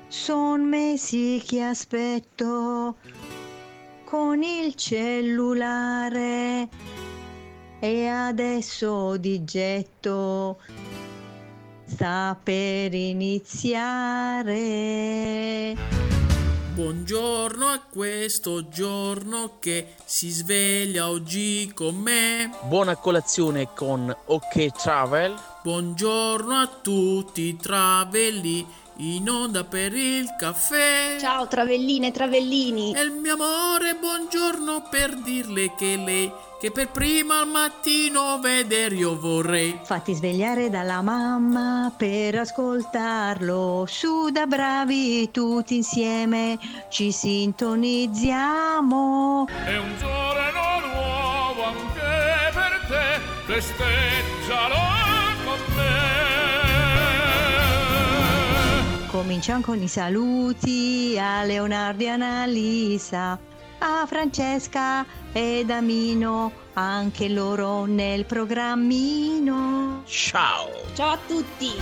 Son mesi che aspetto con il cellulare e adesso di getto sta per iniziare. Buongiorno a questo giorno che si sveglia oggi con me. Buona colazione con OK Travel. Buongiorno a tutti travelli in onda per il caffè. Ciao travelline e travellini. E il mio amore, buongiorno per dirle che lei che per prima al mattino veder io vorrei. Fatti svegliare dalla mamma per ascoltarlo. Su da bravi tutti insieme ci sintonizziamo. È un giorno nuovo anche per te, festeggialo con me. Cominciamo con i saluti a Leonardo e Annalisa, a Francesca ed a Mino, anche loro nel programmino. Ciao! Ciao a tutti!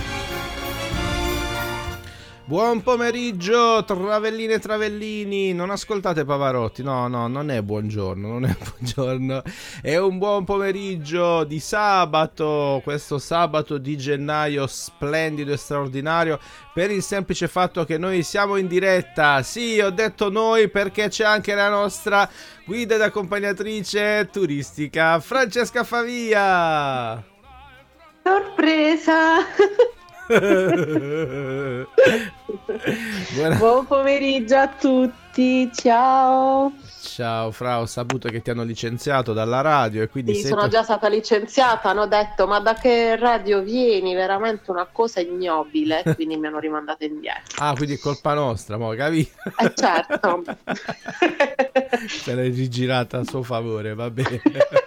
Buon pomeriggio, travelline e travellini. Non ascoltate Pavarotti, no, non è buongiorno, è un buon pomeriggio di sabato, questo sabato di gennaio splendido e straordinario, per il semplice fatto che noi siamo in diretta. Sì, ho detto noi perché c'è anche la nostra guida ed accompagnatrice turistica, Francesca Favia. Sorpresa! Buon pomeriggio a tutti, ciao. Ciao Fra, ho saputo che ti hanno licenziato dalla radio e quindi Sì, sono già stata licenziata, hanno detto ma da che radio vieni? Veramente una cosa ignobile, quindi mi hanno rimandata indietro. Ah, quindi è colpa nostra, mo, capito? Certo. Se l'hai rigirata a suo favore, va bene.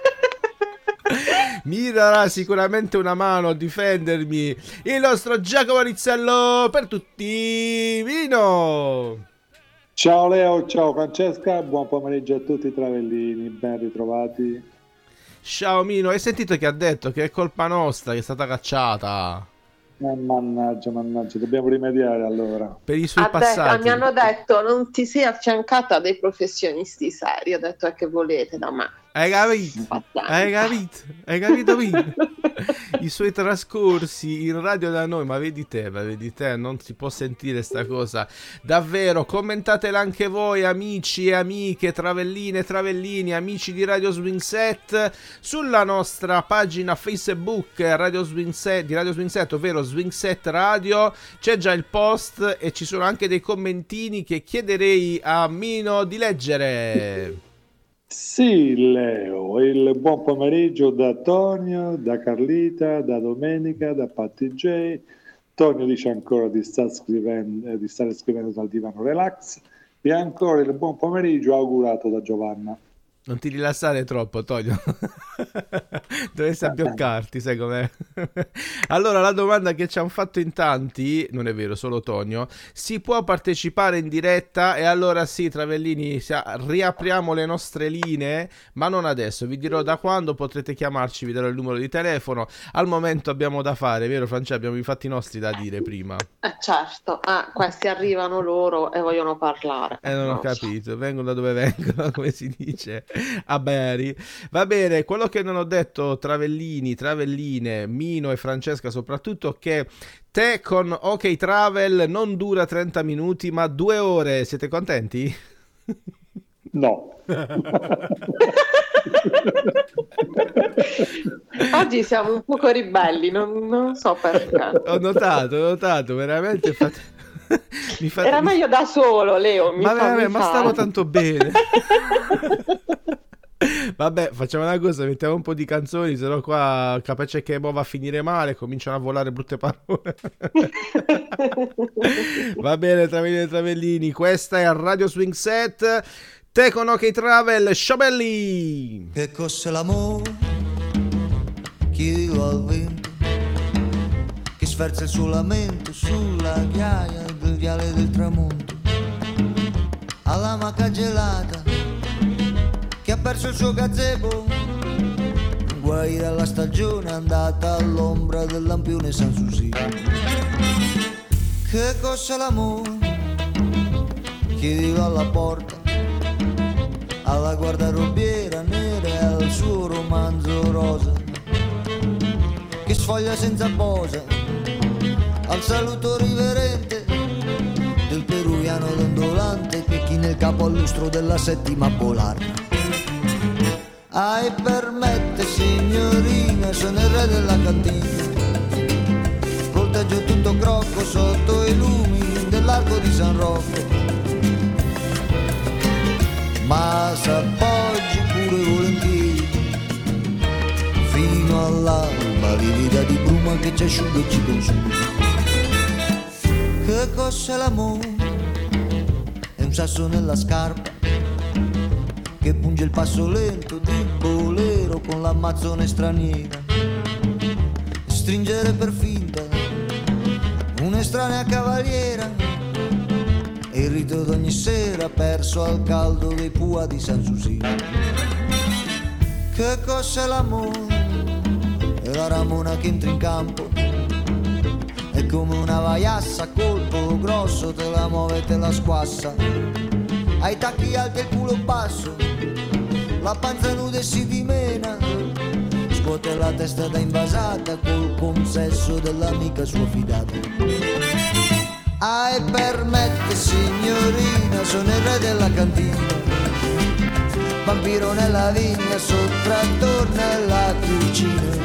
Mi darà sicuramente una mano a difendermi il nostro Giacomo Rizzello per tutti, Vino. Ciao Leo, ciao Francesca, buon pomeriggio a tutti i travellini, ben ritrovati. Ciao Mino, hai sentito che ha detto che è colpa nostra che è stata cacciata? Mannaggia, dobbiamo rimediare allora. Per i suoi passati. Mi hanno detto non ti sei affiancata a dei professionisti seri, ho detto che volete da me. Hai capito? Hai capito i suoi trascorsi in radio da noi, ma vedi te, non si può sentire sta cosa. Davvero, commentatela anche voi, amici e amiche, travelline e travellini, amici di Radio Swing Set, sulla nostra pagina Facebook Radio Swing Set, di Radio Swing Set, ovvero Swing Set Radio. C'è già il post e ci sono anche dei commentini che chiederei a Mino di leggere. Sì, Leo, il buon pomeriggio da Tonio, da Carlita, da Domenica, da Patti J. Tonio dice ancora di stare scrivendo dal divano relax, e ancora il buon pomeriggio augurato da Giovanna. Non ti rilassare troppo, Tonio. Dovresti abbioccarti, sai com'è? Allora, la domanda che ci hanno fatto in tanti, non è vero, solo Tonio, si può partecipare in diretta? E allora sì, travellini, riapriamo le nostre linee, ma non adesso. Vi dirò da quando potrete chiamarci, vi darò il numero di telefono. Al momento abbiamo da fare, vero Francia? Abbiamo i fatti nostri da dire prima. Certo, questi arrivano loro e vogliono parlare. Non ho capito, vengono da dove vengono, come si dice a Bari. Va bene, quello che non ho detto, travellini, travelline, Mino e Francesca soprattutto, che te con OK Travel non dura 30 minuti ma 2 ore. Siete contenti? No. Oggi siamo un poco ribelli, non so perché. Ho notato, veramente era meglio da solo, Leo. Ma stavo tanto bene. Vabbè, facciamo una cosa, mettiamo un po' di canzoni, sennò qua capace che va a finire male, cominciano a volare brutte parole. Va bene, travellini, questa è Radio Swing Set, te con OK Travel, Sciobelli. Che cos'è l'amore? Chi lo ha vinto? Che sferza il suo lamento sulla ghiaia del viale del tramonto, alla maca gelata che ha perso il suo gazebo, guai dalla stagione andata all'ombra del lampione Sanssouci. Che cos'è l'amore? chiedilo alla porta, alla guardarobiera nera e al suo romanzo rosa che sfoglia senza posa, al saluto riverente del peruviano dondolante che china il capo al lustro della settima polare. Ai permette signorina, sono il re della cantina, volteggio tutto crocco sotto i lumi dell'arco di San Rocco, ma s'appoggi pure volentieri fino all'alba livida di bruma che ci asciuga e ci consuma. Che cos'è l'amore? È un sasso nella scarpa che punge il passo lento di bolero con l'ammazzone straniera, stringere per finta un'estranea cavaliera e il rito d'ogni sera perso al caldo dei Pua di San Susì. Che cos'è l'amore? È la ramona che entra in campo, è come una vaiassa, colpo grosso, te la muove e te la squassa, ai tacchi alti e il culo basso, la panza nuda e si dimena, scuote la testa da invasata col consesso dell'amica sua fidata. Ai permette signorina, sono il re della cantina, vampiro nella vigna, sottrattor nella cucina,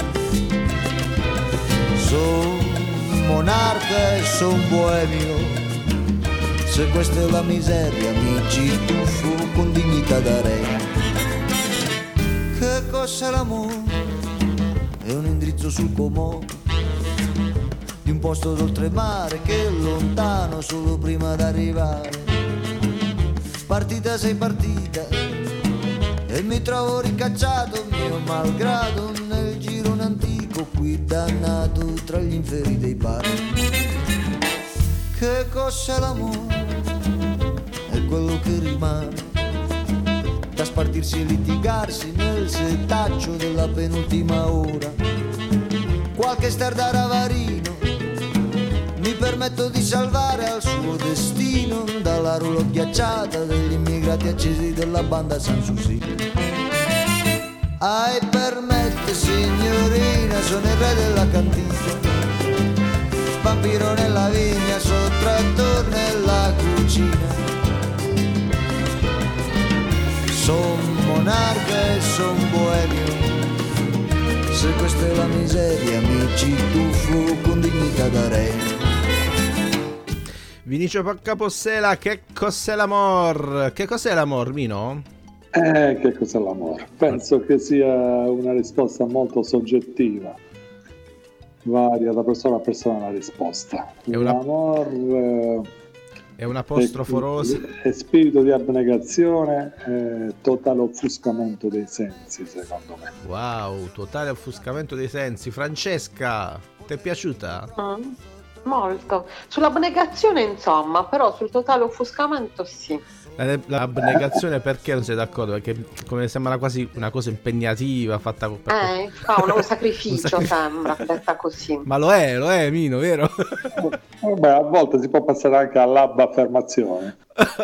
son monarca e son boemio, se questa è la miseria mi ci tuffo con dignità da re. Che cos'è l'amore? È un indirizzo sul Comodo di un posto d'oltremare che è lontano solo prima d'arrivare. Partita sei partita e mi trovo ricacciato mio malgrado nel girone antico qui dannato tra gli inferi dei bar. Che cos'è l'amore? È quello che rimane da spartirsi e litigarsi nel setaccio della penultima ora. Qualche star da ravarino mi permetto di salvare al suo destino dalla roulotte ghiacciata degli immigrati accesi della banda San Susì. Ai permette signorina, sono il re della cantina, vampiro nella vigna, sottrattor nella cucina, son monarca e son boemio, se questa è la miseria mi ci tuffo con dignità da re. Vinicio Capossela, che cos'è l'amor? Che cos'è l'amor, Mino? Che cos'è l'amore? Penso che sia una risposta molto soggettiva, varia da persona a persona la risposta. L'amor è un apostrofo rosa, è spirito di abnegazione, totale offuscamento dei sensi, secondo me. Wow, totale offuscamento dei sensi. Francesca, ti è piaciuta? Molto. Sull'abnegazione insomma, però sul totale offuscamento sì. L'abnegazione perché non sei d'accordo? Perché come sembra quasi una cosa impegnativa fatta con... un sacrificio sembra, detta così. Ma lo è Mino, vero? Vabbè, a volte si può passare anche all'abba affermazione.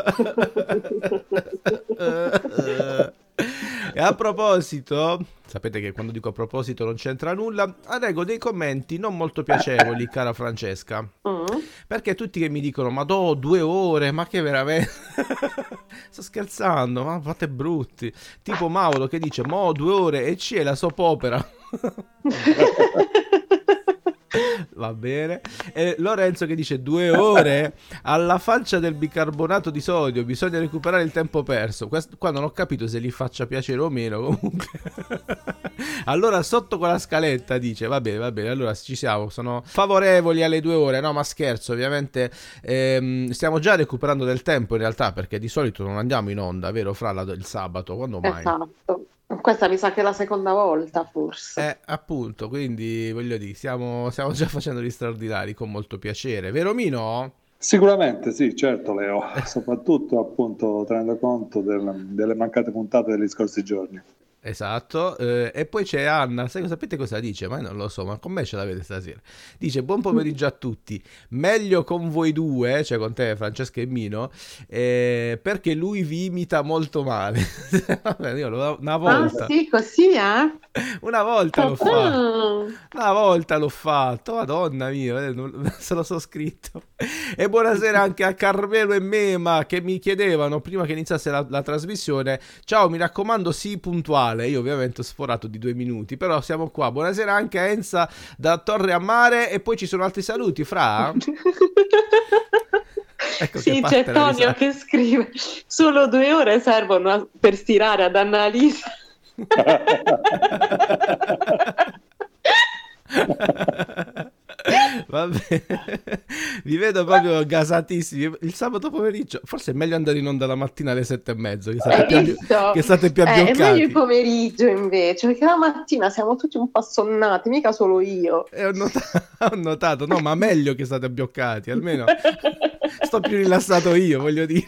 E a proposito, sapete che quando dico a proposito non c'entra nulla, leggo dei commenti non molto piacevoli, cara Francesca, perché tutti che mi dicono ma 2 ore, ma che veramente sto scherzando, ma fate brutti, tipo Mauro che dice 2 ore e c'è la soap opera. Va bene. E Lorenzo che dice 2 ore alla faccia del bicarbonato di sodio, bisogna recuperare il tempo perso. Qua non ho capito se gli faccia piacere o meno, comunque. Allora sotto quella scaletta dice va bene, allora ci siamo, sono favorevoli alle 2 ore. No, ma scherzo, ovviamente stiamo già recuperando del tempo in realtà, perché di solito non andiamo in onda, vero Fra, il sabato, quando mai? Esatto. Questa mi sa che è la seconda volta forse. Appunto, quindi voglio dire, stiamo già facendo gli straordinari con molto piacere, vero Mino? Sicuramente sì, certo Leo, soprattutto appunto tenendo conto delle mancate puntate degli scorsi giorni. Esatto, e poi c'è Anna, sapete cosa dice? Ma io non lo so, ma con me ce l'avete stasera. Dice: buon pomeriggio a tutti, meglio con voi due, cioè con te Francesca e Mino, perché lui vi imita molto male. Vabbè, io una volta... Ah sì, così Una volta l'ho fatto. Una volta l'ho fatto, madonna mia, se lo so scritto. E buonasera anche a Carmelo e Mema che mi chiedevano prima che iniziasse la trasmissione: ciao, mi raccomando, sii puntuale. Io ovviamente ho sforato di 2 minuti, però siamo qua. Buonasera anche a Enza da Torre a Mare. E poi ci sono altri saluti, Fra? Ecco, sì, c'è Tonio che scrive: solo 2 ore servono per stirare ad Annalisa. Vabbè, vi vedo proprio gasatissimi. Il sabato pomeriggio forse è meglio andare in onda la mattina alle 7:30, che state più abbioccati. È meglio il pomeriggio invece, perché la mattina siamo tutti un po' assonnati, mica solo io. Ho notato, no, ma meglio che state abbioccati, almeno sto più rilassato io, voglio dire.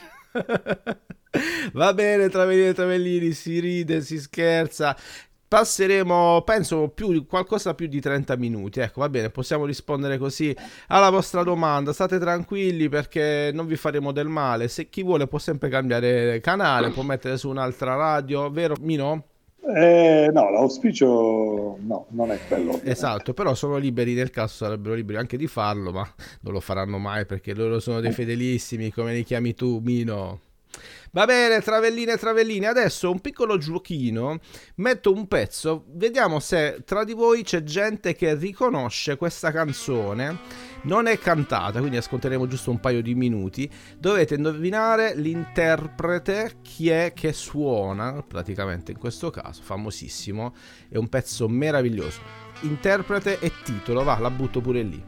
Va bene, Travellini, si ride, si scherza. Passeremo, penso, qualcosa più di 30 minuti. Ecco, va bene, possiamo rispondere così alla vostra domanda. State tranquilli perché non vi faremo del male. Se chi vuole può sempre cambiare canale, può mettere su un'altra radio, vero Mino? No, l'auspicio no, non è quello. Esatto, però sono liberi, nel caso sarebbero liberi anche di farlo, ma non lo faranno mai perché loro sono dei fedelissimi, come li chiami tu, Mino. Va bene, Travellini, adesso un piccolo giochino, metto un pezzo, vediamo se tra di voi c'è gente che riconosce questa canzone. Non è cantata, quindi ascolteremo giusto un paio di minuti. Dovete indovinare l'interprete, chi è che suona, praticamente in questo caso, famosissimo, è un pezzo meraviglioso. Interprete e titolo, va, la butto pure lì.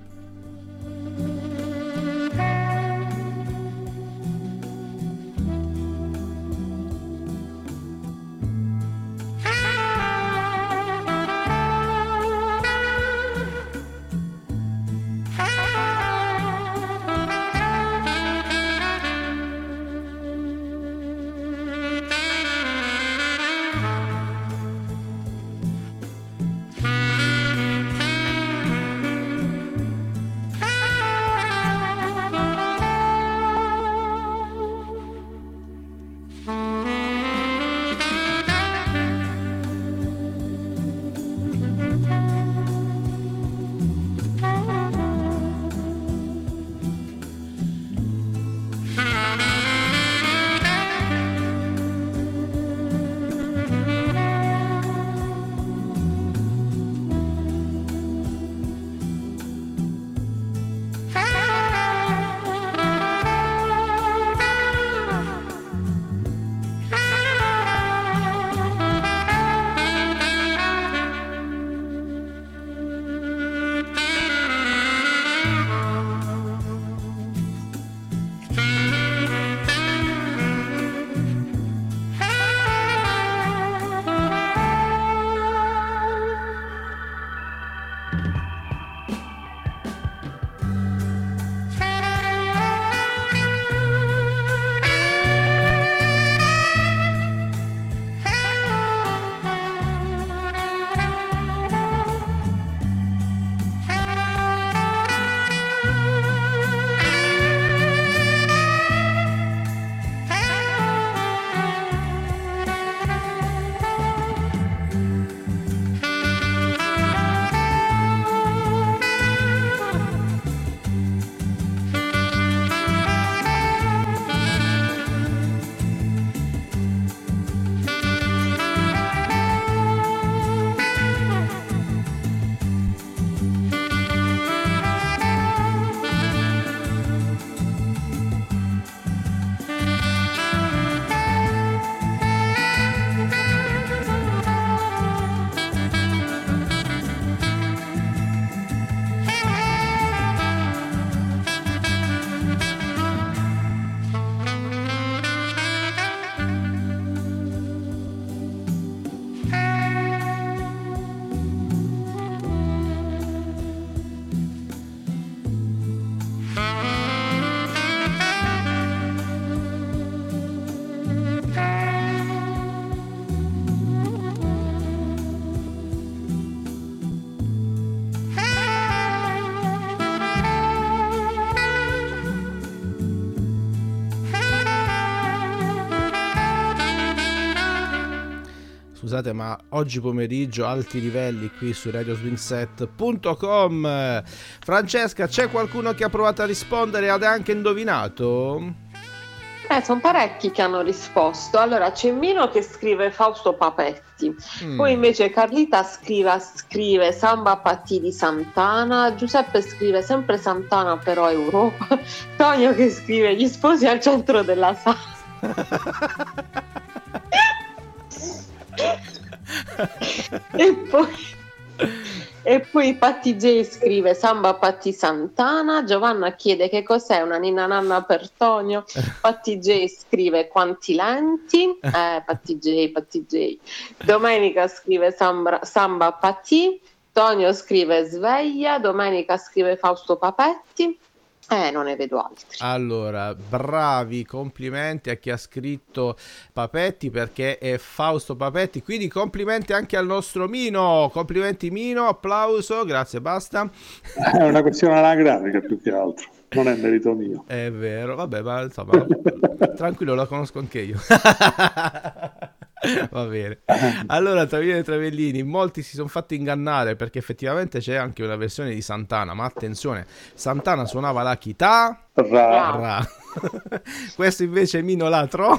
Scusate, ma oggi pomeriggio alti livelli qui su radioswingset.com. Francesca, c'è qualcuno che ha provato a rispondere e ha anche indovinato? Sono parecchi che hanno risposto. Allora c'è Mino che scrive Fausto Papetti, poi invece Carlita scrive Samba Patti di Santana, Giuseppe scrive sempre Santana però Europa, Tonio che scrive Gli sposi al centro della sala. E poi Patti J scrive Samba Patti Santana, Giovanna chiede che cos'è una ninna nanna per Tonio, Patti J scrive Quanti lenti, Patti J, Domenica scrive Samba Patti, Tonio scrive Sveglia, Domenica scrive Fausto Papetti. Non ne vedo altri. Allora, bravi, complimenti a chi ha scritto Papetti, perché è Fausto Papetti, quindi complimenti anche al nostro Mino. Complimenti Mino, applauso, grazie, basta. È una questione anagrafica più che altro, non è merito mio. È vero, vabbè, ma insomma, tranquillo, la conosco anche io. Va bene. Allora, Travellini, molti si sono fatti ingannare perché effettivamente c'è anche una versione di Santana, ma attenzione, Santana suonava la chitarra, Ra. Questo invece Mino la tro.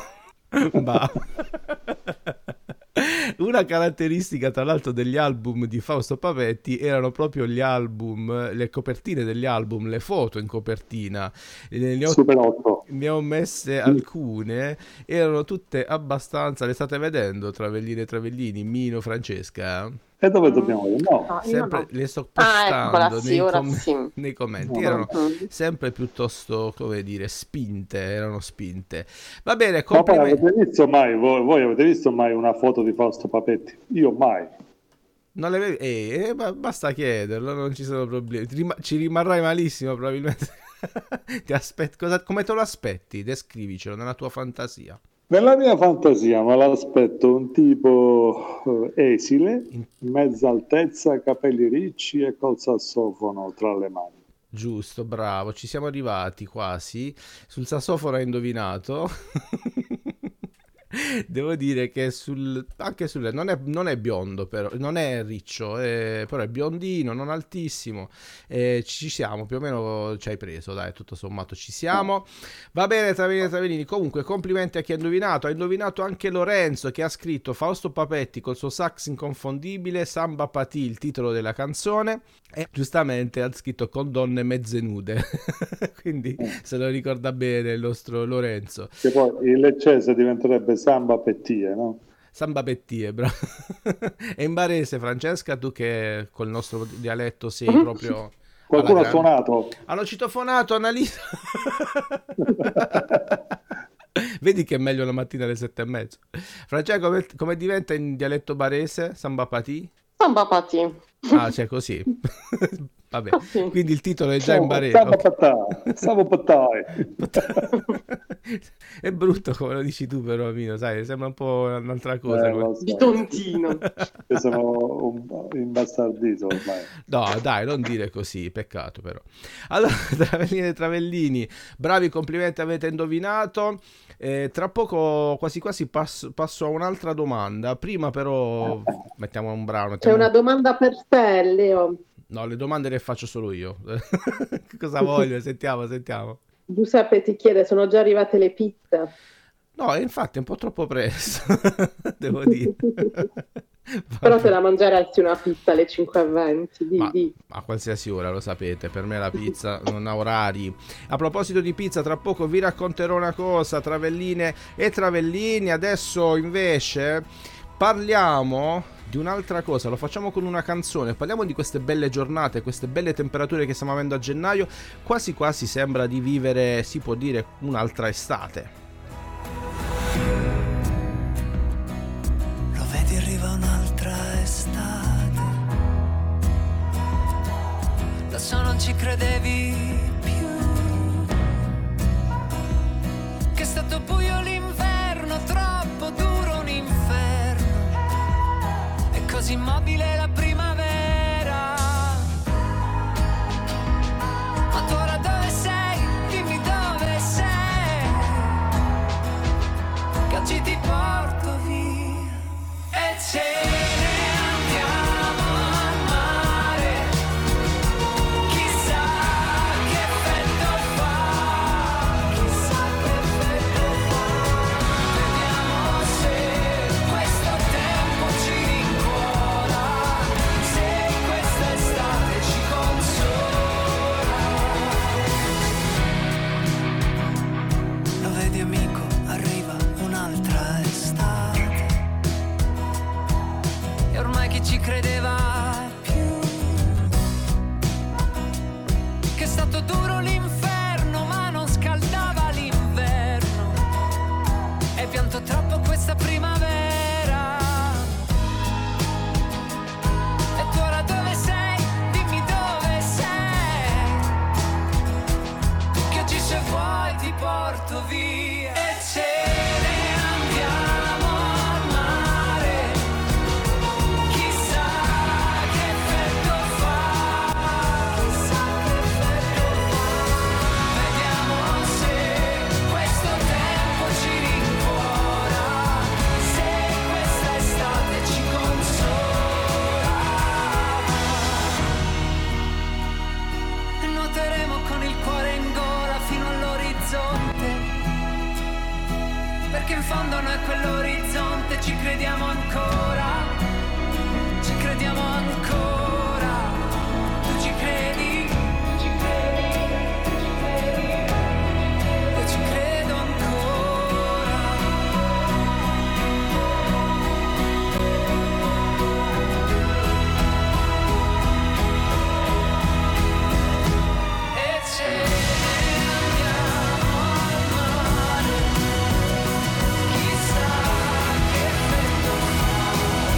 Una caratteristica tra l'altro degli album di Fausto Papetti erano proprio gli album, le copertine degli album, le foto in copertina. Super 8. Ne ho messe alcune, erano tutte abbastanza, le state vedendo Travellini, Mino, Francesca? E dove dobbiamo vedere? No. Sempre no. Le sto postando nei commenti, No. erano sempre piuttosto, come dire, erano spinte. Va bene, Ma poi complimenti. voi avete visto mai una foto di Fausto Papetti? Io mai. Non le vedi? Basta chiederlo, non ci sono problemi. Ci rimarrai malissimo probabilmente. Come te lo aspetti? Descrivicelo nella tua fantasia. Nella mia fantasia me l'aspetto un tipo esile, mezza altezza, capelli ricci e col sassofono tra le mani. Giusto, bravo, ci siamo arrivati quasi. Sul sassofono hai indovinato. Devo dire che anche sul non è biondo, però non è riccio, però è biondino, non altissimo. Ci siamo, più o meno ci hai preso, dai, tutto sommato ci siamo. Va bene, Travellini, comunque complimenti a chi ha indovinato. Ha indovinato anche Lorenzo, che ha scritto Fausto Papetti col suo sax inconfondibile, Samba Pati, il titolo della canzone, e giustamente ha scritto con donne mezze nude. Quindi se lo ricorda bene il nostro Lorenzo. Che poi il leccese diventerebbe Samba Pettie, no? Samba Pettie, bravo. E in barese, Francesca, tu che col nostro dialetto sei proprio... Qualcuno ha suonato? Hanno citofonato, Annalisa. Vedi che è meglio la mattina alle 7:30. Francesca, come diventa in dialetto barese? Samba Pati? Samba Pati. Ah, c'è così. Vabbè, quindi il titolo è già in barese. Samba Patai. È brutto come lo dici tu, però, Mino, sai, sembra un po' un'altra cosa. Di tontino. Io sono un imbastardito ormai. No, dai, non dire così, peccato però. Allora, Travellini, bravi, complimenti, avete indovinato. Tra poco quasi passo a un'altra domanda. Prima però mettiamo un brano. C'è una domanda per te, Leo. No, le domande le faccio solo io. Cosa voglio? Sentiamo. Giuseppe ti chiede, sono già arrivate le pizze? No, infatti è un po' troppo presto, devo dire. Però te la mangeresti una pizza alle 5:20, a qualsiasi ora, lo sapete, per me la pizza non ha orari. A proposito di pizza, tra poco vi racconterò una cosa, Travelline e Travellini. Adesso invece parliamo di un'altra cosa, lo facciamo con una canzone. Parliamo di queste belle giornate, queste belle temperature che stiamo avendo a gennaio. Quasi quasi sembra di vivere, si può dire, un'altra estate. Lo vedi, arriva un'altra estate. Lo so, non ci credevi più, che è stato buio l'inverno, troppo duro un inferno, e così immobile la primavera. Ma tu ora dove sei? Dimmi dove sei, che oggi ti porto via. E c'è porto via e ce ne andiamo al mare. Chissà che effetto fa, chissà che effetto fa. Vediamo se questo tempo ci rincuora, se questa estate ci consola. Nuoteremo con il cuore in gola fino all'orizzonte, perché in fondo noi quell'orizzonte ci crediamo ancora, ci crediamo ancora. Tu ci credi? Tu ci credi? Tu ci credi? Io ci credo ancora. E ce ne andiamo al mare. Chissà che effetto fa.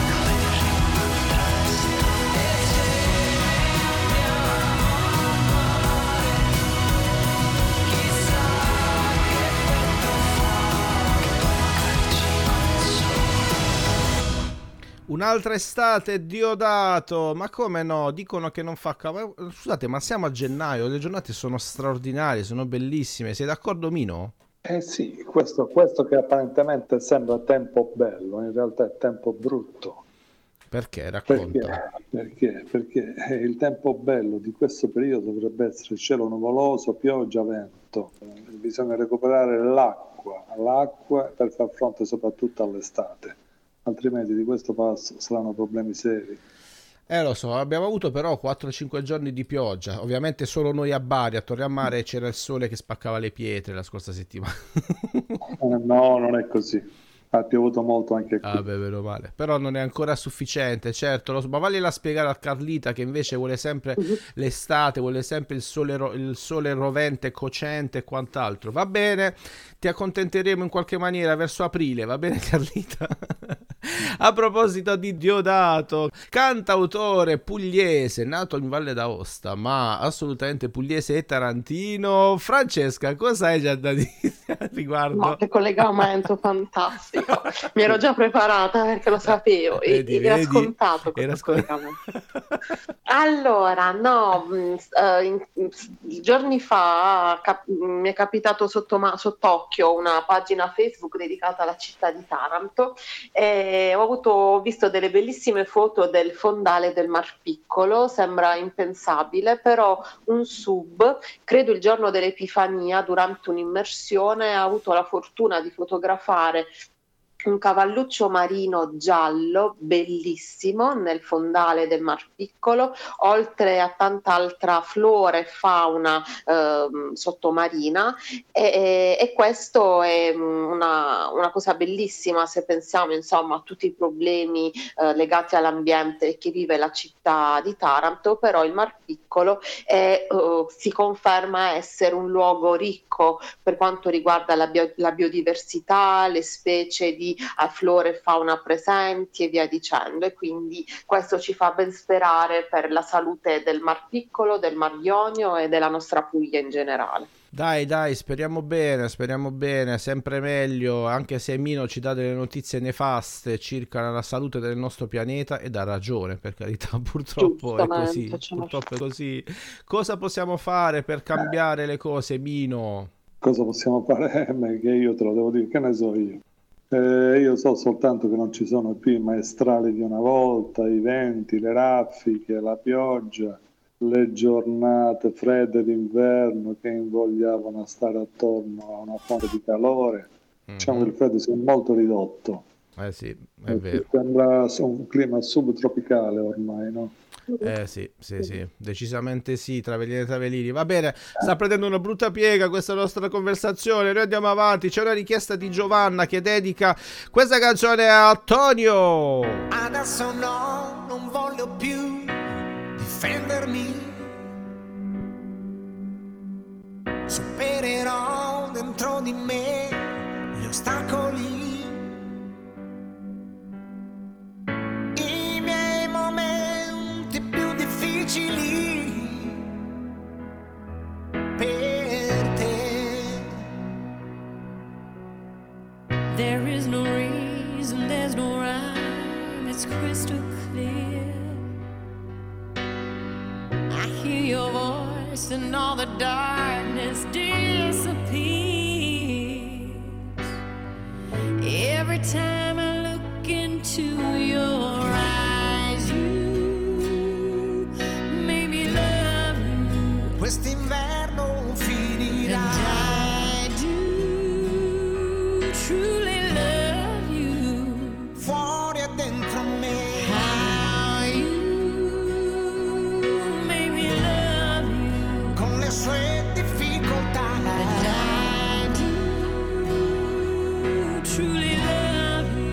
E ce ne andiamo al mare. Chissà che effetto Un'altra estate, Diodato. Ma come no? Dicono che non fa calore. Scusate, ma siamo a gennaio, le giornate sono straordinarie, sono bellissime. Sei d'accordo, Mino? Eh sì, questo che apparentemente sembra tempo bello, in realtà è tempo brutto. Perché? Racconta. Perché il tempo bello di questo periodo dovrebbe essere cielo nuvoloso, pioggia, vento. Bisogna recuperare l'acqua per far fronte soprattutto all'estate, altrimenti di questo passo saranno problemi seri. Lo so, abbiamo avuto però 4-5 giorni di pioggia. Ovviamente solo noi a Bari, a Torre a Mare c'era il sole che spaccava le pietre la scorsa settimana. No, non è così. Ha piovuto molto anche qui. Ah beh, meno male. Però non è ancora sufficiente, certo. Ma vagliela spiegare a Carlita che invece vuole sempre l'estate, vuole sempre il sole rovente, cocente e quant'altro. Va bene, ti accontenteremo in qualche maniera verso aprile, va bene Carlita? A proposito di Diodato, cantautore pugliese, nato in Valle d'Aosta, ma assolutamente pugliese e tarantino. Francesca, cosa hai già da dire al riguardo? No, che collegamento fantastico. Mi ero già preparata perché lo sapevo. Era scontato questo collegamento. Allora, no, giorni fa mi è capitato sott'occhio una pagina Facebook dedicata alla città di Taranto e ho visto delle bellissime foto del fondale del Mar Piccolo. Sembra impensabile, però un sub, credo il giorno dell'Epifania, durante un'immersione ha avuto la fortuna di fotografare un cavalluccio marino giallo bellissimo nel fondale del Mar Piccolo, oltre a tanta altra flora e fauna sottomarina, e questo è una cosa bellissima se pensiamo insomma a tutti i problemi legati all'ambiente che vive la città di Taranto. Però il Mar Piccolo si conferma essere un luogo ricco per quanto riguarda la biodiversità, le specie di flora e fauna presenti e via dicendo, e quindi questo ci fa ben sperare per la salute del Mar Piccolo, del Mar Ionio e della nostra Puglia in generale. Dai, speriamo bene, sempre meglio, anche se Mino ci dà delle notizie nefaste circa la salute del nostro pianeta, ed ha ragione, per carità, purtroppo è così. Cosa possiamo fare per cambiare le cose, Mino? Cosa possiamo fare? Che io te lo devo dire, che ne so io? Io so soltanto che non ci sono più i maestrali di una volta, i venti, le raffiche, la pioggia, le giornate fredde d'inverno che invogliavano a stare attorno a una fonte di calore. Diciamo che il freddo si è molto ridotto. Sì, è vero. Sembra un clima subtropicale ormai, no? Sì, decisamente sì, Travellini. Va bene, sta prendendo una brutta piega questa nostra conversazione, noi andiamo avanti. C'è una richiesta di Giovanna che dedica questa canzone a Antonio. Adesso no, non voglio più difendermi, supererò dentro di me gli ostacoli, i miei momenti più difficili per te. There is no reason, there's no rhyme, it's crystal clear. I hear your voice and all the darkness disappears. Every time I look into your eyes, you make me love you. Quest'inverno finirà. And I do truly love you. Fuori e dentro me. How you make me love you. Con le sue difficoltà. And I do truly love you.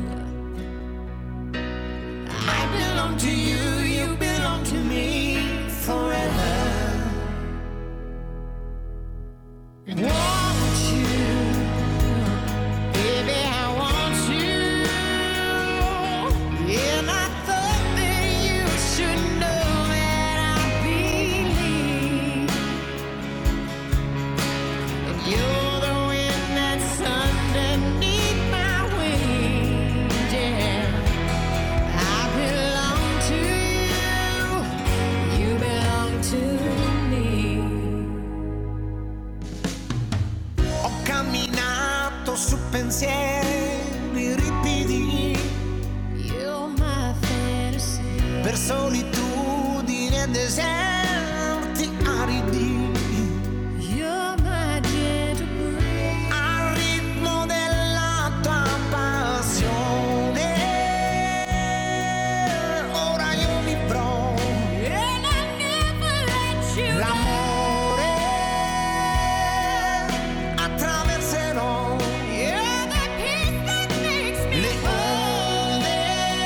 I belong to you, you belong to me forever. Want you, baby, I want you. And I thought that you should know that I believe. And you're the wind that's underneath my wings, yeah. I belong to you, you belong to me. Ho camminato su pensieri ripidi. You're my fantasy. Per solitudini e deserti aridi. You're my gentle breeze. Al ritmo della tua passione. Ora io vivrò And I never let you go. l'amore. Attraverserò You're the peace that makes me le onde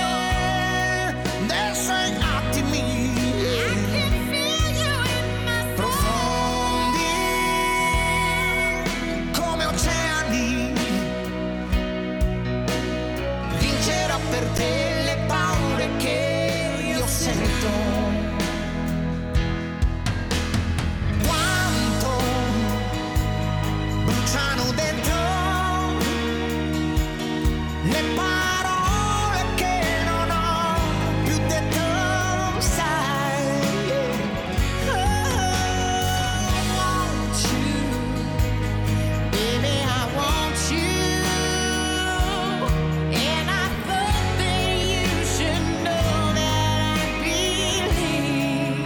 dei suoi attimi can feel you in my soul. profondi come oceani. Vincerò per te le paure che io sento. Quanto bruciano dentro le parole che non ho più detto, sai. I want you, baby, I want you. And I thought that you should know that I believe.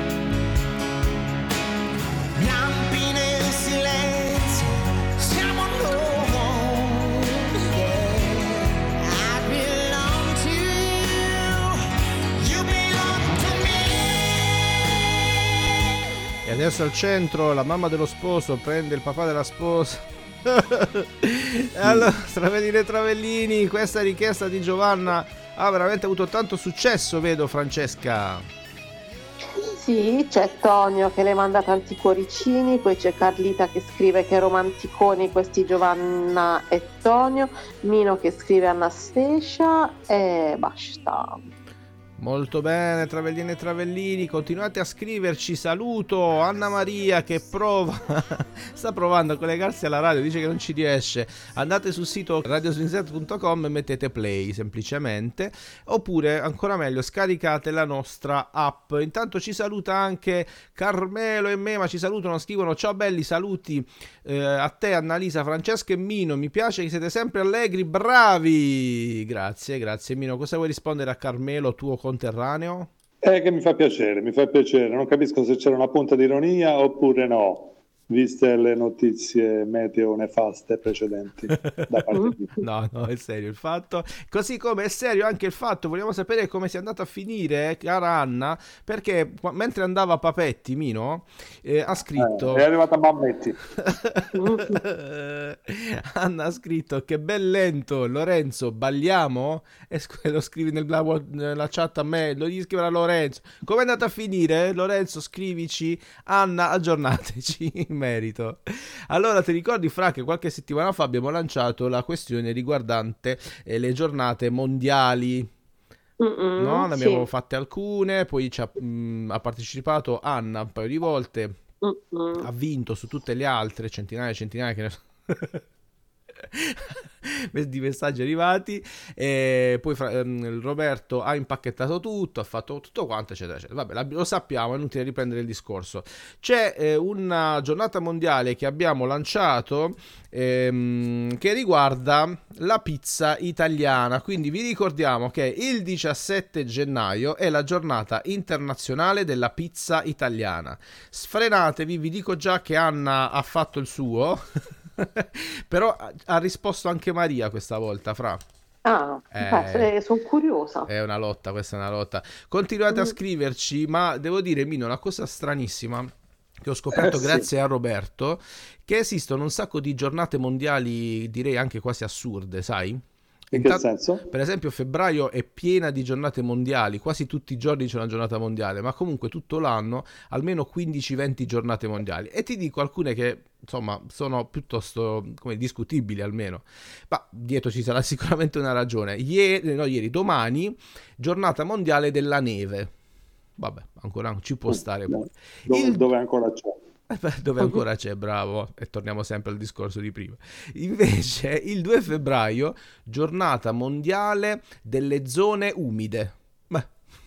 Lampi nel silenzio, siamo noi. I belong to You belong to me. E adesso al centro la mamma dello sposo prende il papà della sposa. Allora, Travellini e Travellini, questa richiesta di Giovanna ha veramente avuto tanto successo, vedo, Francesca. Sì, c'è Tonio che le manda tanti cuoricini, poi c'è Carlita che scrive che romanticoni questi Giovanna e Tonio, Mino che scrive Anastasia e basta. Molto bene, Travellini e Travellini, continuate a scriverci. Saluto Anna Maria che prova sta provando a collegarsi alla radio, dice che non ci riesce. Andate sul sito radioswingset.com e mettete play semplicemente, oppure ancora meglio scaricate la nostra app. Intanto ci saluta anche Carmelo e Mema, ci salutano, scrivono: ciao belli, saluti a te, Annalisa, Francesca e Mino, mi piace che siete sempre allegri, bravi. Grazie Mino. Cosa vuoi rispondere a Carmelo, tuo conterraneo? Che mi fa piacere, non capisco se c'era una punta di ironia oppure no, viste le notizie meteo nefaste precedenti da parte di... No, è serio il fatto, così come è serio anche il fatto, vogliamo sapere come sia andata a finire, cara Anna, perché mentre andava Papetti, Mino, ha scritto... è arrivata Mammetti. Anna ha scritto: che bel lento, Lorenzo, balliamo? E lo scrivi nella chat a me, lo devi scrivere a Lorenzo. Come è andata a finire? Lorenzo, scrivici. Anna, aggiornateci in merito. Allora, ti ricordi, Fra, che qualche settimana fa abbiamo lanciato la questione riguardante le giornate mondiali? No, ne abbiamo fatte alcune, poi ha partecipato Anna un paio di volte, ha vinto su tutte le altre, centinaia che ne di messaggi arrivati. E poi Roberto ha impacchettato tutto, ha fatto tutto quanto, eccetera, eccetera. Vabbè, lo sappiamo, è inutile riprendere il discorso. C'è una giornata mondiale che abbiamo lanciato che riguarda la pizza italiana. Quindi vi ricordiamo che il 17 gennaio è la giornata internazionale della pizza italiana. Sfrenatevi, vi dico già che Anna ha fatto il suo. Però ha risposto anche Maria questa volta, Fra. Sono curiosa. È una lotta, questa è una lotta. Continuate a scriverci, ma devo dire, Mino, una cosa stranissima che ho scoperto grazie a Roberto, che esistono un sacco di giornate mondiali, direi anche quasi assurde, sai? In che senso? Per esempio febbraio è piena di giornate mondiali, quasi tutti i giorni c'è una giornata mondiale, ma comunque tutto l'anno almeno 15-20 giornate mondiali. E ti dico alcune che insomma sono piuttosto discutibili almeno, ma dietro ci sarà sicuramente una ragione. Domani giornata mondiale della neve. Vabbè, ancora ci può stare. Dove ancora c'è. Dove ancora c'è, bravo, e torniamo sempre al discorso di prima. Invece il 2 febbraio giornata mondiale delle zone umide. Ma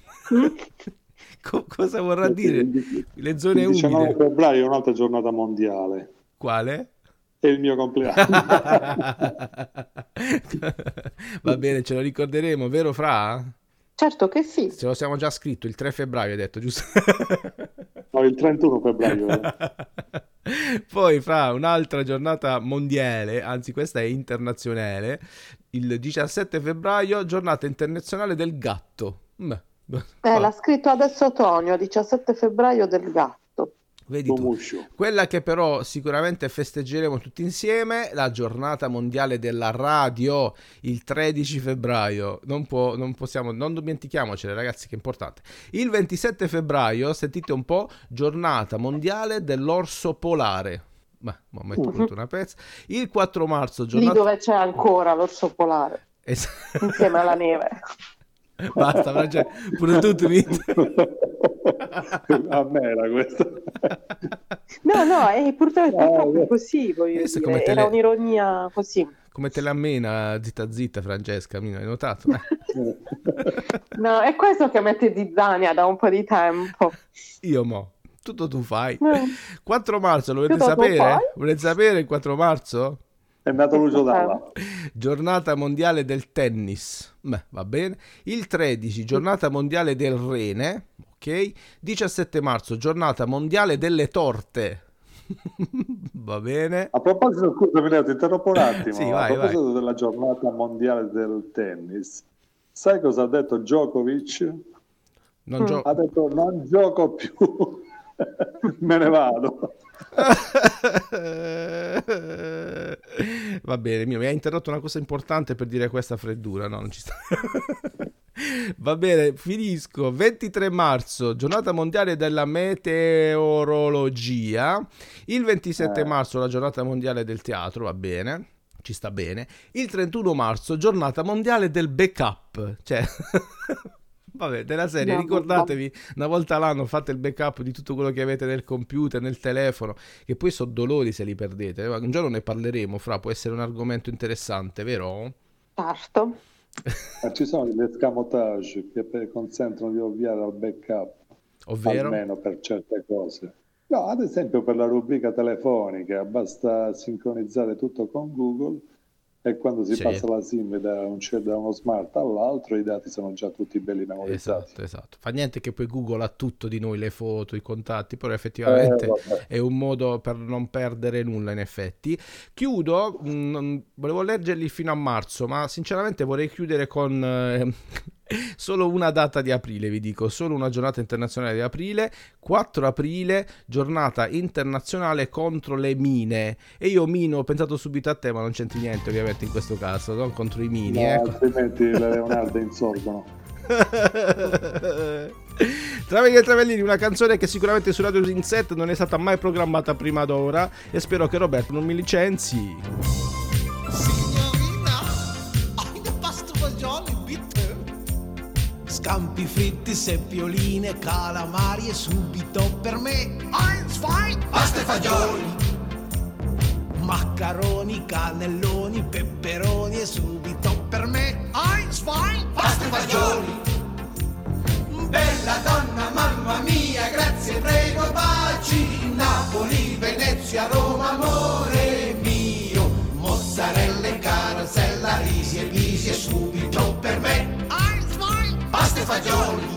cosa vorrà dire le zone il 19 umide? Febbraio è un'altra giornata mondiale. Quale? È il mio compleanno. Va bene, ce lo ricorderemo, vero Fra? Certo che sì. Ce lo siamo già scritto, il 3 febbraio hai detto, giusto? No, il 31 febbraio. Poi Fra, un'altra giornata mondiale, anzi questa è internazionale, il 17 febbraio, giornata internazionale del gatto. L'ha scritto adesso Tonio, 17 febbraio del gatto. Vedi tu. Quella che però sicuramente festeggeremo tutti insieme, la giornata mondiale della radio, il 13 febbraio. Non dimentichiamocele, ragazzi, che è importante. Il 27 febbraio, sentite un po', giornata mondiale dell'orso polare. Ma metto pronto una pezza. Il 4 marzo, giornata... Lì dove c'è ancora l'orso polare, insieme alla neve. Basta, pure tu a me era questo. No, purtroppo è proprio così, era un'ironia così. Come te la mena, zitta Francesca, hai notato? No, è questo che mette zizzania da un po' di tempo. Io tutto tu fai. 4 marzo, lo volete sapere? Volete sapere il 4 marzo? È nato Lucio Dalla. Giornata mondiale del tennis. Va bene. Il 13, giornata mondiale del rene. Ok. 17 marzo, giornata mondiale delle torte. Va bene. A proposito, scusami, ti interrompo un attimo. Sì, vai, a proposito della giornata mondiale del tennis, sai cosa ha detto Djokovic? Ha detto non gioco più. Me ne vado. Va bene, mi ha interrotto una cosa importante per dire questa freddura. No, non ci sta. Va bene, finisco. 23 marzo, giornata mondiale della meteorologia. Il 27 marzo, la giornata mondiale del teatro. Va bene, ci sta bene. Il 31 marzo, giornata mondiale del backup. Cioè vabbè, della serie, ricordatevi, una volta l'anno fate il backup di tutto quello che avete nel computer, nel telefono, che poi sono dolori se li perdete. Un giorno ne parleremo, Fra, può essere un argomento interessante, vero? Certo. Ci sono gli escamotage che consentono di ovviare al backup, ovvero? Almeno per certe cose. No, ad esempio per la rubrica telefonica, basta sincronizzare tutto con Google e quando si passa la SIM da uno smart all'altro i dati sono già tutti belli memorizzati. Esatto. Fa niente che poi Google ha tutto di noi, le foto, i contatti, però effettivamente è un modo per non perdere nulla in effetti. Chiudo, volevo leggerli fino a marzo, ma sinceramente vorrei chiudere con... solo una data di aprile, vi dico, solo una giornata internazionale di aprile, 4 aprile, giornata internazionale contro le mine. E io ho pensato subito a te, ma non c'entri niente ovviamente in questo caso, no? Contro i mini, altrimenti le Leonardo insorgono. Travegli e Travellini, una canzone che sicuramente su Radio Inset non è stata mai programmata prima d'ora, e spero che Roberto non mi licenzi. Scampi fritti, seppioline, calamari e subito per me pasta e fagioli, maccaroni, cannelloni, peperoni e subito per me. Eins, zwei, pasta e fagioli. Bella donna, mamma mia, grazie, prego, baci. Napoli, Venezia, Roma, amore mio. Mozzarella e carossella, risi e visi e subito per me. Eins, zwei, pasta e fagioli.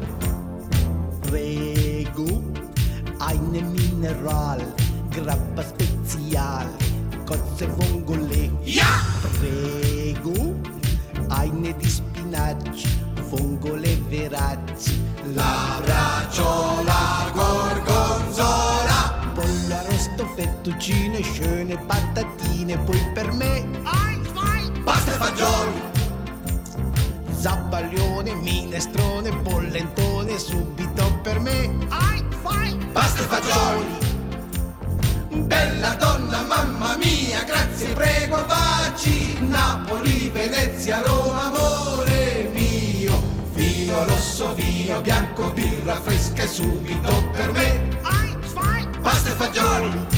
Prego, eine Mineral, grappa spezial, cozze vongole. Ja! Prego, eine di spinaci, vongole veraci, la bracciola gorgonzola, pollo arrosto, fettuccine, schöne patatine, poi per me, eins, zwei, pasta e fagioli. Zabbaglione, minestrone, pollentone, subito per me. Eins, zwei, pasta e fagioli. Bella donna, mamma mia, grazie, prego, baci. Napoli, Venezia, Roma, amore mio. Vino rosso, vino bianco, birra fresca e subito per me. Eins, zwei, pasta e fagioli.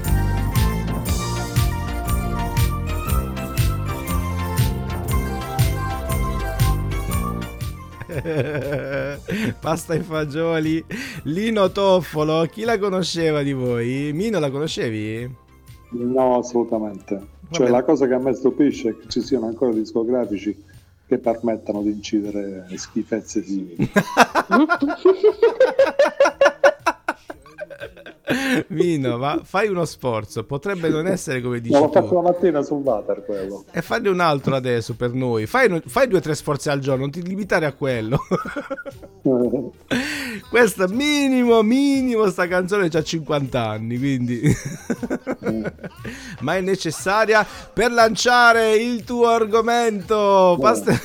Pasta e fagioli. Lino Toffolo, chi la conosceva di voi? Mino, la conoscevi? No, assolutamente. Cioè, Vabbè. la cosa che a me stupisce è che ci siano ancora discografici che permettano di incidere schifezze simili. Mino, ma fai uno sforzo, potrebbe non essere come dici L'ho fatto tu. la mattina sul water quello. E fanne un altro adesso per noi. Fai 2 o 3 sforzi al giorno, non ti limitare a quello. Questa minimo sta canzone c'ha 50 anni, quindi ma è necessaria per lanciare il tuo argomento.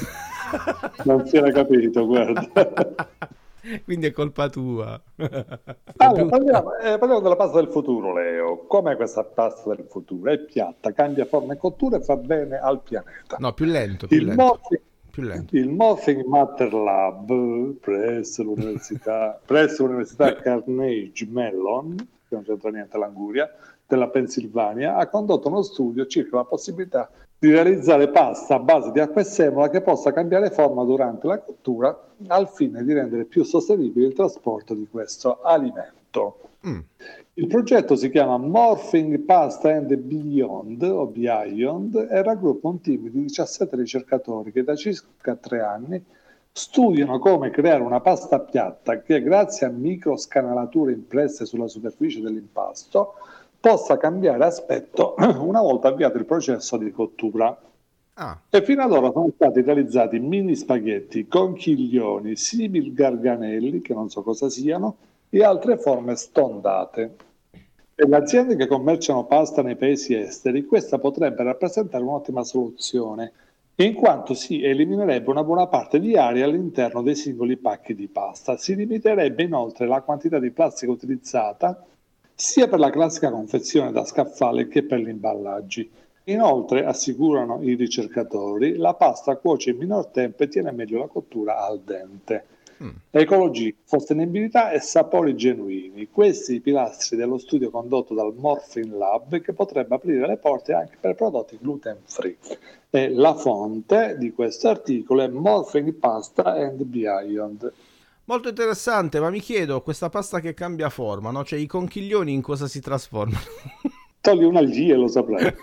Non si era capito, guarda. Quindi è colpa tua. Allora, parliamo della pasta del futuro, Leo. Com'è questa pasta del futuro? È piatta, cambia forma e cottura e fa bene al pianeta. No, più lento. Il Morphing Matter Lab presso l'università Carnegie Mellon, che non c'entra niente l'Anguria, della Pennsylvania, ha condotto uno studio circa la possibilità di realizzare pasta a base di acqua e semola che possa cambiare forma durante la cottura al fine di rendere più sostenibile il trasporto di questo alimento. Il progetto si chiama Morphing Pasta and Beyond o Beyond e raggruppa un team di 17 ricercatori che da circa 3 anni studiano come creare una pasta piatta che grazie a microscanalature impresse sulla superficie dell'impasto possa cambiare aspetto una volta avviato il processo di cottura. E fino ad ora sono stati realizzati mini spaghetti, conchiglioni, simil garganelli, che non so cosa siano, e altre forme stondate. Per le aziende che commerciano pasta nei paesi esteri, questa potrebbe rappresentare un'ottima soluzione, in quanto si eliminerebbe una buona parte di aria all'interno dei singoli pacchi di pasta. Si limiterebbe inoltre la quantità di plastica utilizzata sia per la classica confezione da scaffale che per gli imballaggi. Inoltre, assicurano i ricercatori, la pasta cuoce in minor tempo e tiene meglio la cottura al dente. Ecologia, sostenibilità e sapori genuini. Questi i pilastri dello studio condotto dal Morphing Lab, che potrebbe aprire le porte anche per prodotti gluten free. E la fonte di questo articolo è Morphing Pasta and Beyond. Molto interessante, ma mi chiedo, questa pasta che cambia forma, no? Cioè i conchiglioni in cosa si trasformano? Togli una G e lo saprai.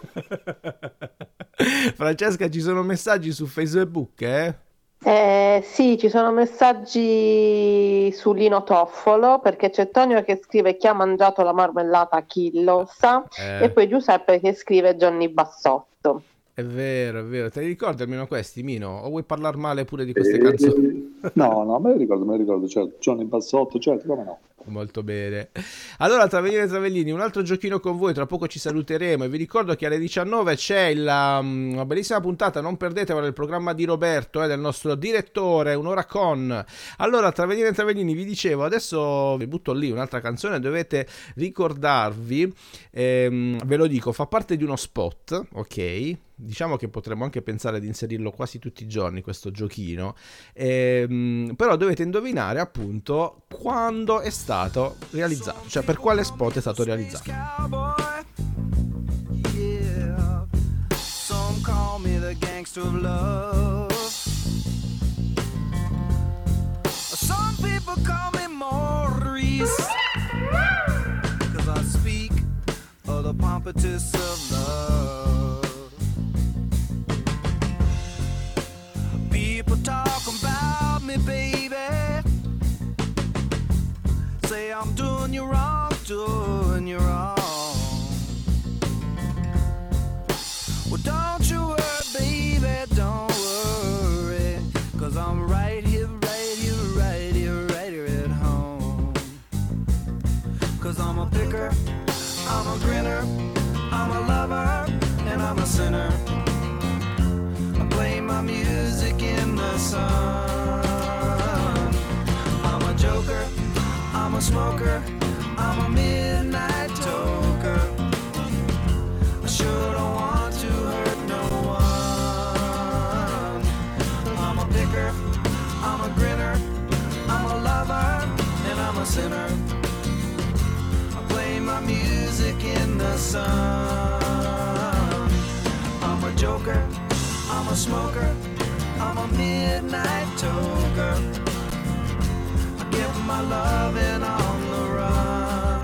Francesca, ci sono messaggi su Facebook, eh? Sì, ci sono messaggi su Lino Toffolo, perché c'è Tonio che scrive chi ha mangiato la marmellata chi lo sa, e poi Giuseppe che scrive Johnny Bassotto. È vero, te li ricordi almeno questi, Mino? O vuoi parlare male pure di queste canzoni? No, me li ricordo, certo, Johnny Bassotto, certo, come no. Molto bene. Allora, Travellini e Travellini, un altro giochino con voi, tra poco ci saluteremo e vi ricordo che alle 19 c'è una bellissima puntata, non perdetevela, del programma di Roberto, del nostro direttore, un'ora con. Allora, Travellini e Travellini, vi dicevo, adesso vi butto lì un'altra canzone, dovete ricordarvi, ve lo dico, fa parte di uno spot, ok? Diciamo che potremmo anche pensare di inserirlo quasi tutti i giorni questo giochino, però dovete indovinare appunto quando è stato realizzato, cioè per quale spot è stato realizzato. gangster of love. Some people call me Maurice, 'cause I speak of the pompatus of love. People talk about me, baby, say I'm doing you wrong, doing you wrong. Well, don't you worry, baby, don't worry, 'cause I'm right here, right here, right here, right here at home. 'Cause I'm a picker, I'm a grinner, I'm a lover, and I'm a sinner. I play my music in the sun. I'm a joker, I'm a smoker, I'm a midnight toker. I sure don't want to hurt no one. I'm a picker, I'm a grinner, I'm a lover, and I'm a sinner. I play my music in the sun. I'm a joker, I'm a smoker, I'm a midnight toker. I give my loving on the run.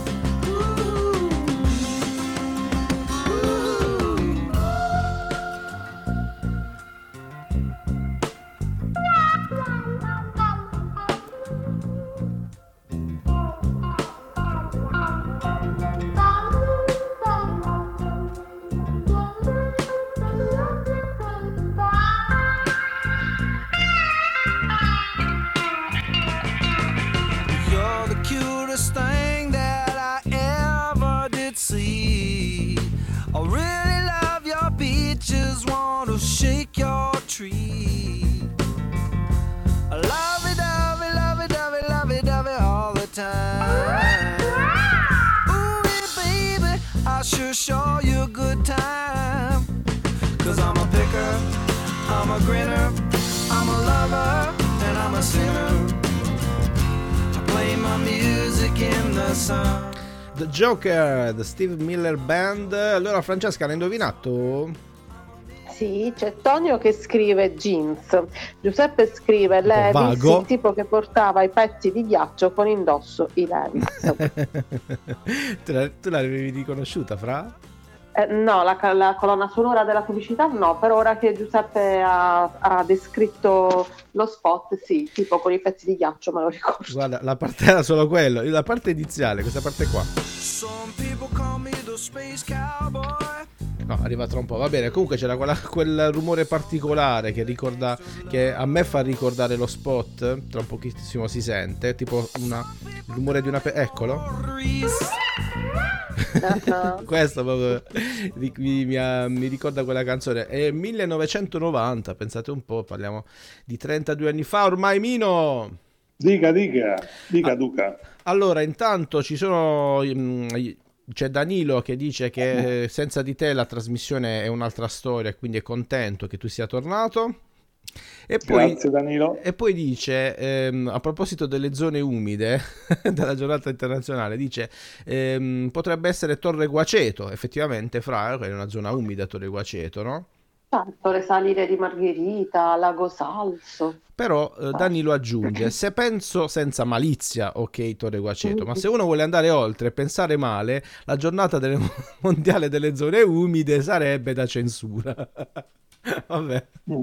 You're the cutest thing that I ever did see. I really love your beaches, want to shake your tree. Lovey-dovey, lovey-dovey, lovey-dovey all the time. Ooh, baby, I sure show you a good time. 'Cause I'm a picker, I'm a grinner, I'm a lover, and I'm a sinner. Play my music in the sun. The Joker, The Steve Miller Band. Allora Francesca, l'hai indovinato? Sì, c'è Tonio che scrive jeans, Giuseppe scrive Levi's, vago. il tipo che portava i pezzi di ghiaccio con indosso i Levi's. Tu l'avevi riconosciuta, Fra? No, la colonna sonora della pubblicità no, però ora che Giuseppe ha descritto lo spot, sì, tipo con i pezzi di ghiaccio me lo ricordo. Guarda, la parte era solo quello, la parte iniziale, questa parte qua. Some people call me the space cowboy. No, arriva tra un po', va bene. Comunque c'era quel rumore particolare che ricorda, che a me fa ricordare lo spot. Tra un pochissimo si sente, tipo il rumore di una eccolo. Questo proprio mi ricorda quella canzone. È 1990, pensate un po', parliamo di 32 anni fa ormai. Mino, Dica, Duca. allora intanto c'è Danilo che dice che senza di te la trasmissione è un'altra storia, quindi è contento che tu sia tornato. E poi, Grazie Danilo. E poi dice, a proposito delle zone umide della giornata internazionale, dice potrebbe essere Torre Guaceto. Effettivamente, Fra, è una zona umida Torre Guaceto, no? Certo, le salire di Margherita, Lago Salso. Però Danilo aggiunge, se penso senza malizia, ok, Torre Guaceto, ma se uno vuole andare oltre e pensare male, la giornata mondiale delle zone umide sarebbe da censura. Vabbè.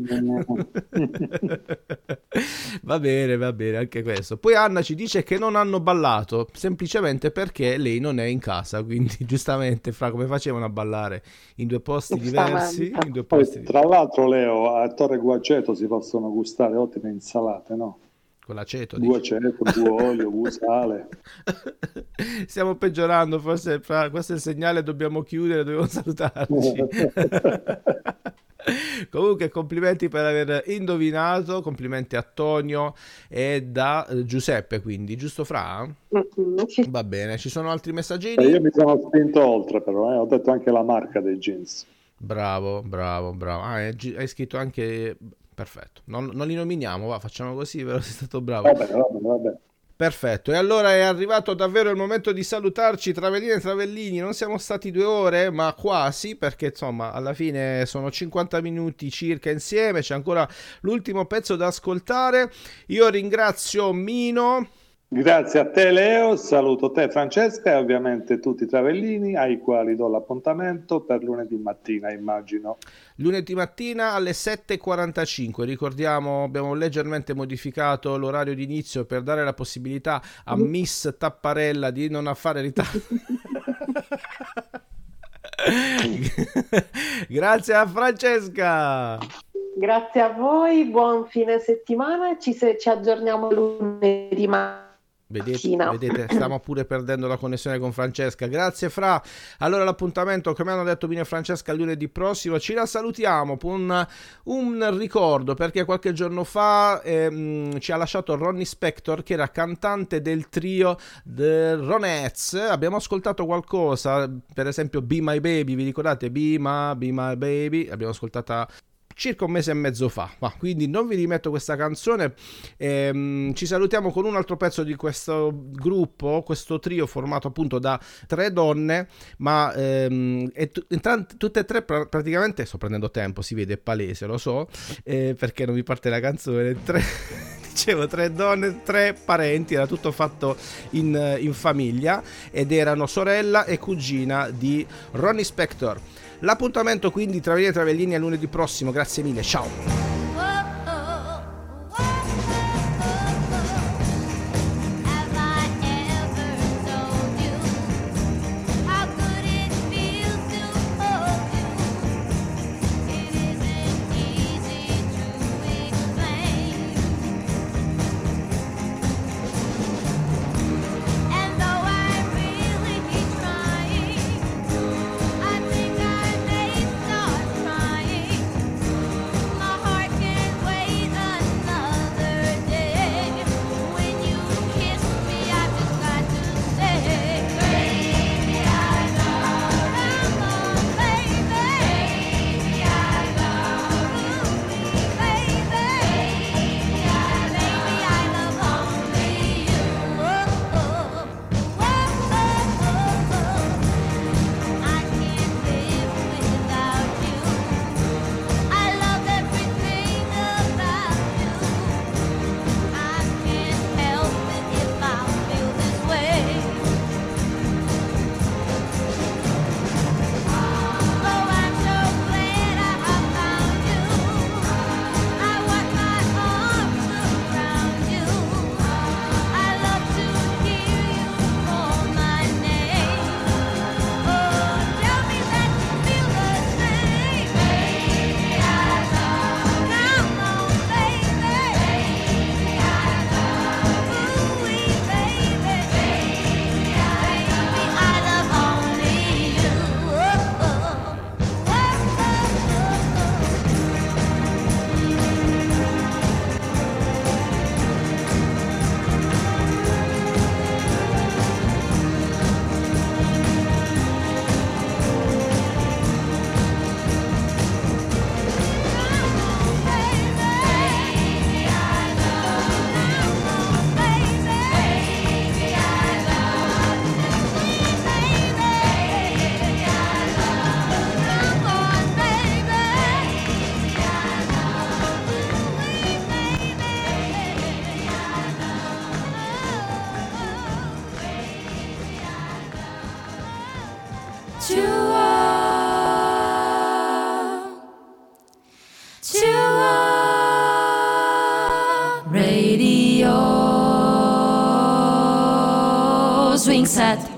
Va bene anche questo. Poi Anna ci dice che non hanno ballato semplicemente perché lei non è in casa, quindi giustamente, Fra, come facevano a ballare in due posti diversi, Tra l'altro, Leo, a Torre Guaceto si possono gustare ottime insalate, no? Con l'aceto, Guaceto, olio, sale. Stiamo peggiorando, forse, Fra, questo è il segnale, dobbiamo chiudere, dobbiamo salutarci. Comunque complimenti per aver indovinato, complimenti a Tonio e da Giuseppe, quindi giusto, Fra? Va bene, ci sono altri messaggini? Io mi sono spinto oltre, però ho detto anche la marca dei jeans. Bravo. Hai scritto anche, perfetto, non li nominiamo, va, facciamo così, però sei stato bravo. Vabbè. Perfetto, e allora è arrivato davvero il momento di salutarci, Travelline e Travellini. Non siamo stati 2 ore, ma quasi, perché insomma alla fine sono 50 minuti circa insieme, c'è ancora l'ultimo pezzo da ascoltare. Io ringrazio Mino. Grazie a te Leo, saluto te Francesca e ovviamente tutti i Travellini ai quali do l'appuntamento per lunedì mattina, immagino. Lunedì mattina alle 7:45, ricordiamo, abbiamo leggermente modificato l'orario di inizio per dare la possibilità a Miss Tapparella di non fare ritardo. Grazie a Francesca. Grazie a voi, buon fine settimana e ci aggiorniamo lunedì mattina. Vedete, stiamo pure perdendo la connessione con Francesca. Grazie Fra. Allora l'appuntamento, come hanno detto Mino e Francesca, lunedì prossimo. Ci la salutiamo con un ricordo, perché qualche giorno fa ci ha lasciato Ronnie Spector, che era cantante del trio The Ronettes. Abbiamo ascoltato qualcosa, per esempio Be My Baby, vi ricordate? Be My Baby, abbiamo ascoltata circa un mese e mezzo fa, quindi non vi rimetto questa canzone. Ci salutiamo con un altro pezzo di questo gruppo, questo trio formato appunto da 3 donne, ma tutte e 3 praticamente, sto prendendo tempo, si vede, è palese, lo so, perché non mi parte la canzone. 3 donne, 3 parenti, era tutto fatto in famiglia ed erano sorella e cugina di Ronnie Spector. L'appuntamento quindi Travelline e Travellini è lunedì prossimo, grazie mille, ciao. Swing set.